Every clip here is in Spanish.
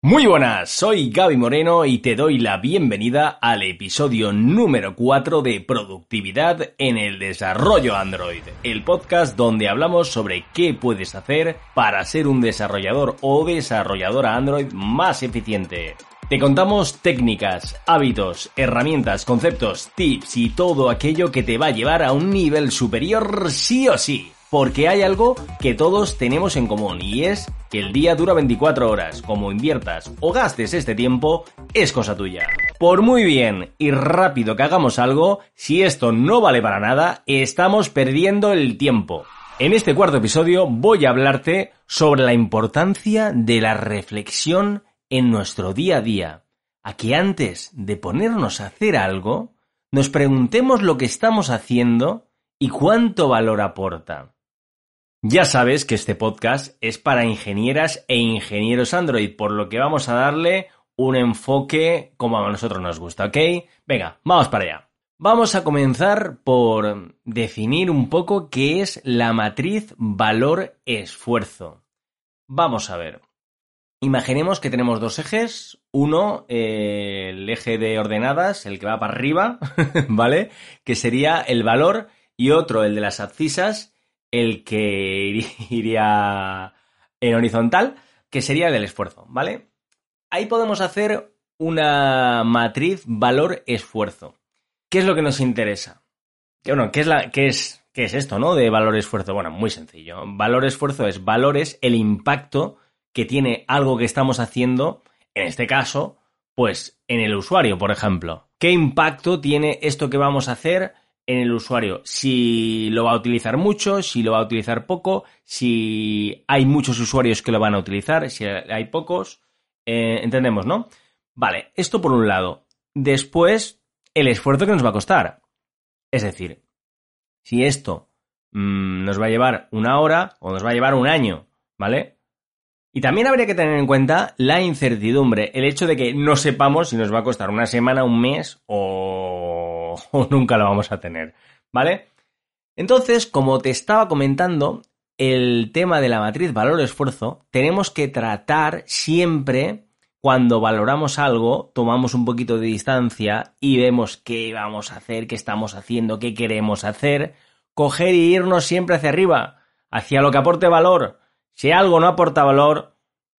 Muy buenas, soy Gaby Moreno y te doy la bienvenida al episodio número 4 de Productividad en el Desarrollo Android, el podcast donde hablamos sobre qué puedes hacer para ser un desarrollador o desarrolladora Android más eficiente. Te contamos técnicas, hábitos, herramientas, conceptos, tips y todo aquello que te va a llevar a un nivel superior sí o sí. Porque hay algo que todos tenemos en común y es que el día dura 24 horas. Como inviertas o gastes este tiempo, es cosa tuya. Por muy bien y rápido que hagamos algo, si esto no vale para nada, estamos perdiendo el tiempo. En este cuarto episodio voy a hablarte sobre la importancia de la reflexión en nuestro día a día. A que antes de ponernos a hacer algo, nos preguntemos lo que estamos haciendo y cuánto valor aporta. Ya sabes que este podcast es para ingenieras e ingenieros Android, por lo que vamos a darle un enfoque como a nosotros nos gusta, ¿ok? Venga, vamos para allá. Vamos a comenzar por definir un poco qué es la matriz valor-esfuerzo. Vamos a ver. Imaginemos que tenemos dos ejes. Uno, el eje de ordenadas, el que va para arriba, ¿vale? Que sería el valor, y otro, el de las abscisas, el que iría en horizontal, que sería el del esfuerzo, ¿vale? Ahí podemos hacer una matriz valor-esfuerzo. ¿Qué es lo que nos interesa? Bueno, ¿qué es esto, no? De valor-esfuerzo. Bueno, muy sencillo. Valor-esfuerzo es valores, el impacto que tiene algo que estamos haciendo, en este caso, pues en el usuario, por ejemplo. ¿Qué impacto tiene esto que vamos a hacer en el usuario? Si lo va a utilizar mucho, si lo va a utilizar poco, si hay muchos usuarios que lo van a utilizar, si hay pocos, entendemos, ¿no? Vale, esto por un lado. Después, el esfuerzo que nos va a costar. Es decir, si esto nos va a llevar una hora o nos va a llevar un año, ¿vale? Y también habría que tener en cuenta la incertidumbre, el hecho de que no sepamos si nos va a costar una semana, un mes o nunca lo vamos a tener, ¿vale? Entonces, como te estaba comentando, el tema de la matriz valor-esfuerzo, tenemos que tratar siempre, cuando valoramos algo, tomamos un poquito de distancia y vemos qué vamos a hacer, qué estamos haciendo, qué queremos hacer, coger y irnos siempre hacia arriba, hacia lo que aporte valor. Si algo no aporta valor,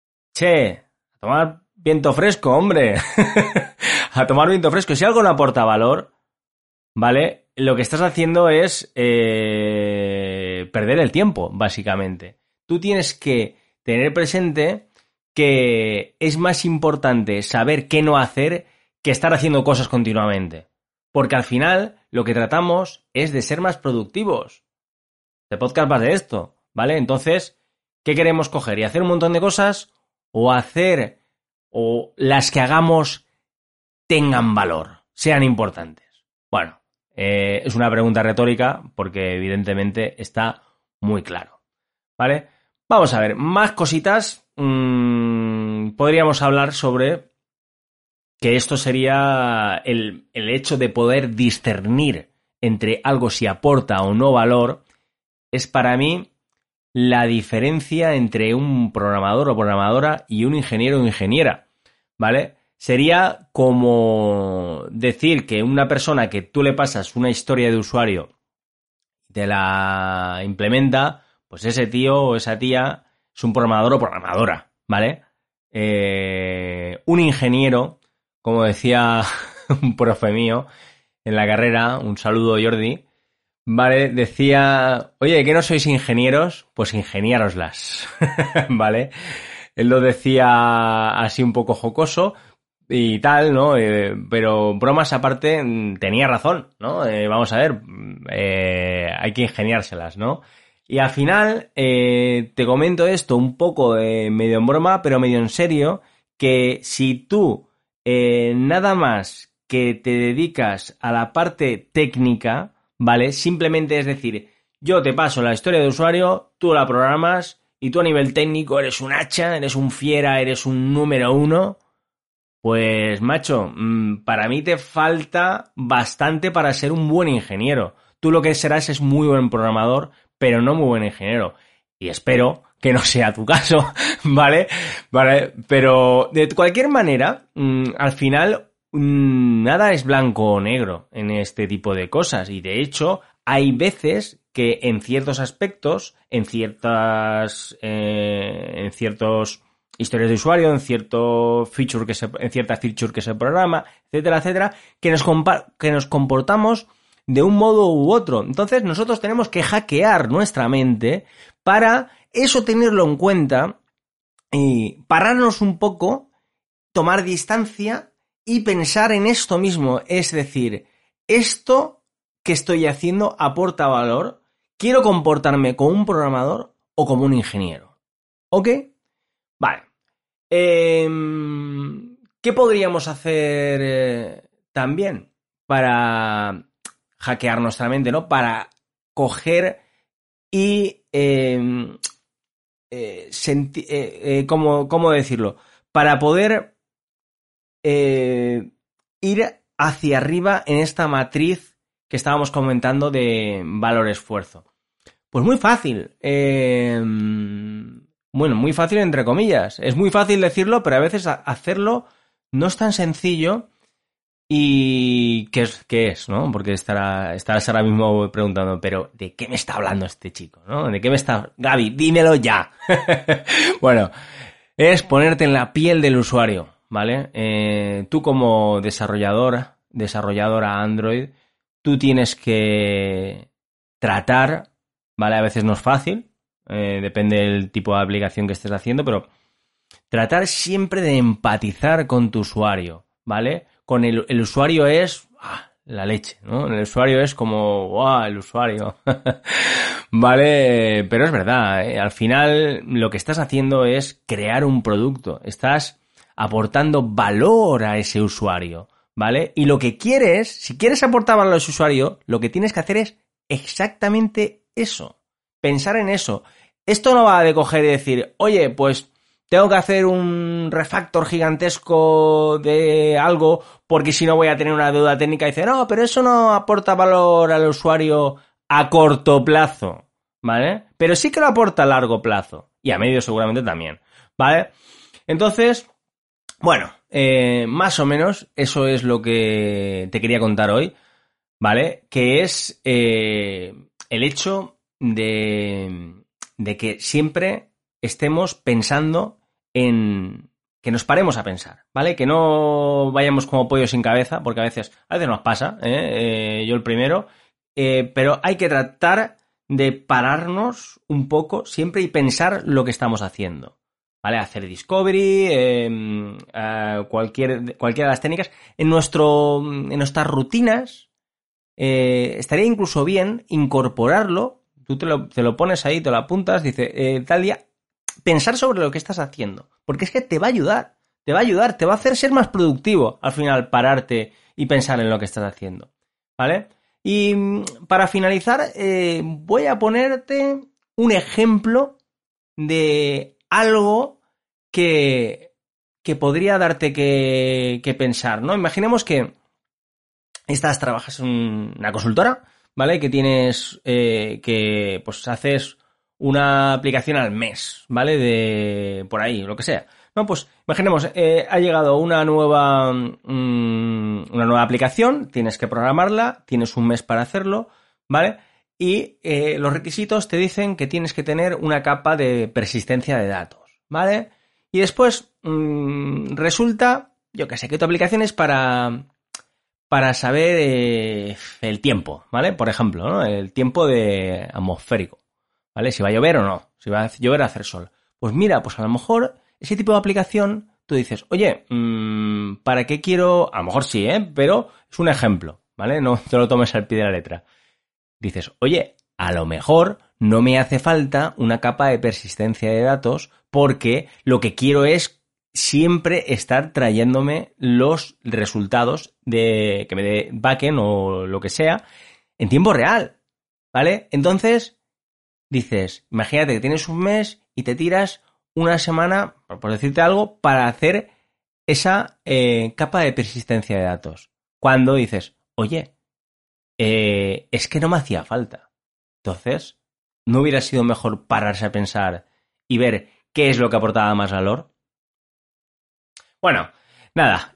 a tomar viento fresco, hombre. A tomar viento fresco. Si algo no aporta valor, ¿vale? Lo que estás haciendo es perder el tiempo, básicamente. Tú tienes que tener presente que es más importante saber qué no hacer que estar haciendo cosas continuamente. Porque al final lo que tratamos es de ser más productivos. El podcast va de esto, ¿vale? Entonces, ¿qué queremos coger? ¿Y hacer un montón de cosas? ¿O hacer o las que hagamos tengan valor, sean importantes? Bueno, es una pregunta retórica porque evidentemente está muy claro, ¿vale? Vamos a ver, más cositas. Podríamos hablar sobre que esto sería el hecho de poder discernir entre algo si aporta o no valor. Es para mí la diferencia entre un programador o programadora y un ingeniero o ingeniera, ¿vale? Sería como decir que una persona que tú le pasas una historia de usuario y te la implementa, pues ese tío o esa tía es un programador o programadora, ¿vale? Un ingeniero, como decía un profe mío en la carrera, un saludo Jordi, vale, decía, oye, ¿que no sois ingenieros? Pues ingeniároslas, ¿vale? Él lo decía así un poco jocoso y tal, ¿no? Pero bromas aparte, tenía razón, ¿no? Vamos a ver, hay que ingeniárselas, ¿no? Y al final, te comento esto un poco medio en broma, pero medio en serio, que si tú nada más que te dedicas a la parte técnica, ¿vale? Simplemente es decir, yo te paso la historia de usuario, tú la programas y tú a nivel técnico eres un hacha, eres un fiera, eres un número uno, pues macho, para mí te falta bastante para ser un buen ingeniero. Tú lo que serás es muy buen programador, pero no muy buen ingeniero. Y espero que no sea tu caso, ¿vale? Vale, pero de cualquier manera, al final, nada es blanco o negro en este tipo de cosas. Y de hecho, hay veces que en ciertos aspectos, en ciertos historias de usuario, en ciertas features que se programa, etcétera, etcétera, que nos comportamos de un modo u otro. Entonces nosotros tenemos que hackear nuestra mente para eso tenerlo en cuenta y pararnos un poco, tomar distancia y pensar en esto mismo. Es decir, esto que estoy haciendo aporta valor. ¿Quiero comportarme como un programador o como un ingeniero? ¿Ok? Vale. ¿Qué podríamos hacer también para hackear nuestra mente, ¿no? Para coger y ¿cómo decirlo? Para poder ir hacia arriba en esta matriz que estábamos comentando de valor-esfuerzo. Pues muy fácil. Bueno, muy fácil entre comillas. Es muy fácil decirlo, pero a veces hacerlo no es tan sencillo. ¿Y qué es, no? Porque estarás ahora mismo preguntando, pero ¿de qué me está hablando este chico, no? ¿De qué me está...? Gaby, dímelo ya. Bueno, es ponerte en la piel del usuario, ¿vale? Tú como desarrolladora Android, tú tienes que tratar, ¿vale? A veces no es fácil, depende del tipo de aplicación que estés haciendo, pero tratar siempre de empatizar con tu usuario, ¿vale? Con el usuario es la leche, ¿no? El usuario es como, ¡guau! El usuario. Vale, pero es verdad, ¿eh? Al final lo que estás haciendo es crear un producto. Estás aportando valor a ese usuario, ¿vale? Y lo que quieres, si quieres aportar valor a ese usuario, lo que tienes que hacer es exactamente eso. Pensar en eso. Esto no va de coger y decir, oye, pues tengo que hacer un refactor gigantesco de algo porque si no voy a tener una deuda técnica. Y dice, no, pero eso no aporta valor al usuario a corto plazo, ¿vale? Pero sí que lo aporta a largo plazo. Y a medio seguramente también, ¿vale? Entonces, bueno, más o menos eso es lo que te quería contar hoy, ¿vale? Que es el hecho de que siempre estemos pensando en que nos paremos a pensar, ¿vale? Que no vayamos como pollo sin cabeza, porque a veces nos pasa, yo el primero, pero hay que tratar de pararnos un poco siempre y pensar lo que estamos haciendo, ¿vale? Hacer discovery, cualquiera de las técnicas. En nuestras rutinas estaría incluso bien incorporarlo. Tú te lo pones ahí, te lo apuntas, dice, tal día, pensar sobre lo que estás haciendo. Porque es que te va a ayudar, te va a hacer ser más productivo al final, pararte y pensar en lo que estás haciendo, ¿vale? Y para finalizar, voy a ponerte un ejemplo de algo que podría darte que pensar, ¿no? Imaginemos que trabajas en una consultora, ¿vale? Que tienes, que pues haces una aplicación al mes, ¿vale? De por ahí, lo que sea. No, pues imaginemos, ha llegado una nueva aplicación, tienes que programarla, tienes un mes para hacerlo, ¿vale? Y los requisitos te dicen que tienes que tener una capa de persistencia de datos, ¿vale? Y después resulta, yo que sé, que tu aplicación es para saber el tiempo, ¿vale? Por ejemplo, ¿no? El tiempo de atmosférico, ¿vale? Si va a llover o no, si va a llover o hacer sol. Pues mira, pues a lo mejor ese tipo de aplicación tú dices, oye, ¿para qué quiero? A lo mejor sí, pero es un ejemplo, ¿vale? No te lo tomes al pie de la letra. Dices, oye, a lo mejor no me hace falta una capa de persistencia de datos porque lo que quiero es siempre estar trayéndome los resultados de que me dé backend o lo que sea en tiempo real, ¿vale? Entonces dices, imagínate que tienes un mes y te tiras una semana, por decirte algo, para hacer esa capa de persistencia de datos. Cuando dices, oye, es que no me hacía falta. Entonces, ¿no hubiera sido mejor pararse a pensar y ver qué es lo que aportaba más valor. Bueno, nada,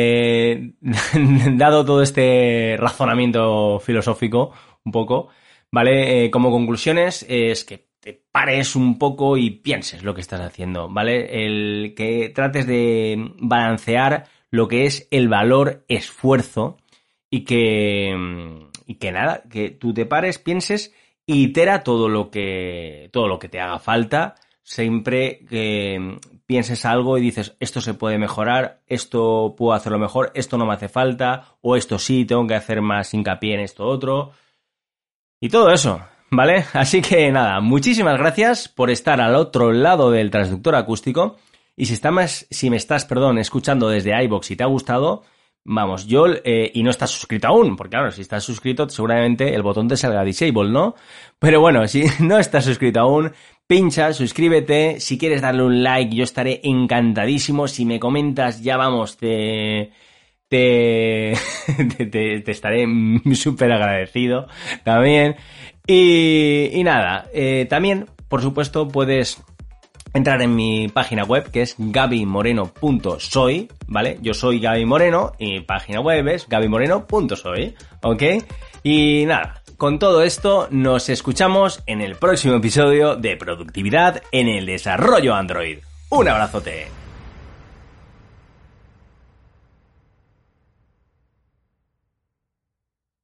dado todo este razonamiento filosófico un poco, ¿vale? Como conclusiones es que te pares un poco y pienses lo que estás haciendo, ¿vale? El que trates de balancear lo que es el valor-esfuerzo y que nada, que tú te pares, pienses e itera todo lo que te haga falta. Siempre que pienses algo y dices, esto se puede mejorar, esto puedo hacerlo mejor, esto no me hace falta, o esto sí, tengo que hacer más hincapié en esto otro. Y todo eso, ¿vale? Así que nada, muchísimas gracias por estar al otro lado del transductor acústico. Y si me estás escuchando desde iVoox y te ha gustado, vamos, y no estás suscrito aún, porque claro, si estás suscrito seguramente el botón te salga disable, ¿no? Pero bueno, si no estás suscrito aún, pincha, suscríbete, si quieres darle un like yo estaré encantadísimo, si me comentas ya vamos, te estaré súper agradecido también. Y nada, también, por supuesto, puedes entrar en mi página web que es gabymoreno.soy, ¿vale? Yo soy Gaby Moreno y mi página web es gabymoreno.soy, ¿ok? Y nada, con todo esto nos escuchamos en el próximo episodio de Productividad en el Desarrollo Android. ¡Un abrazote!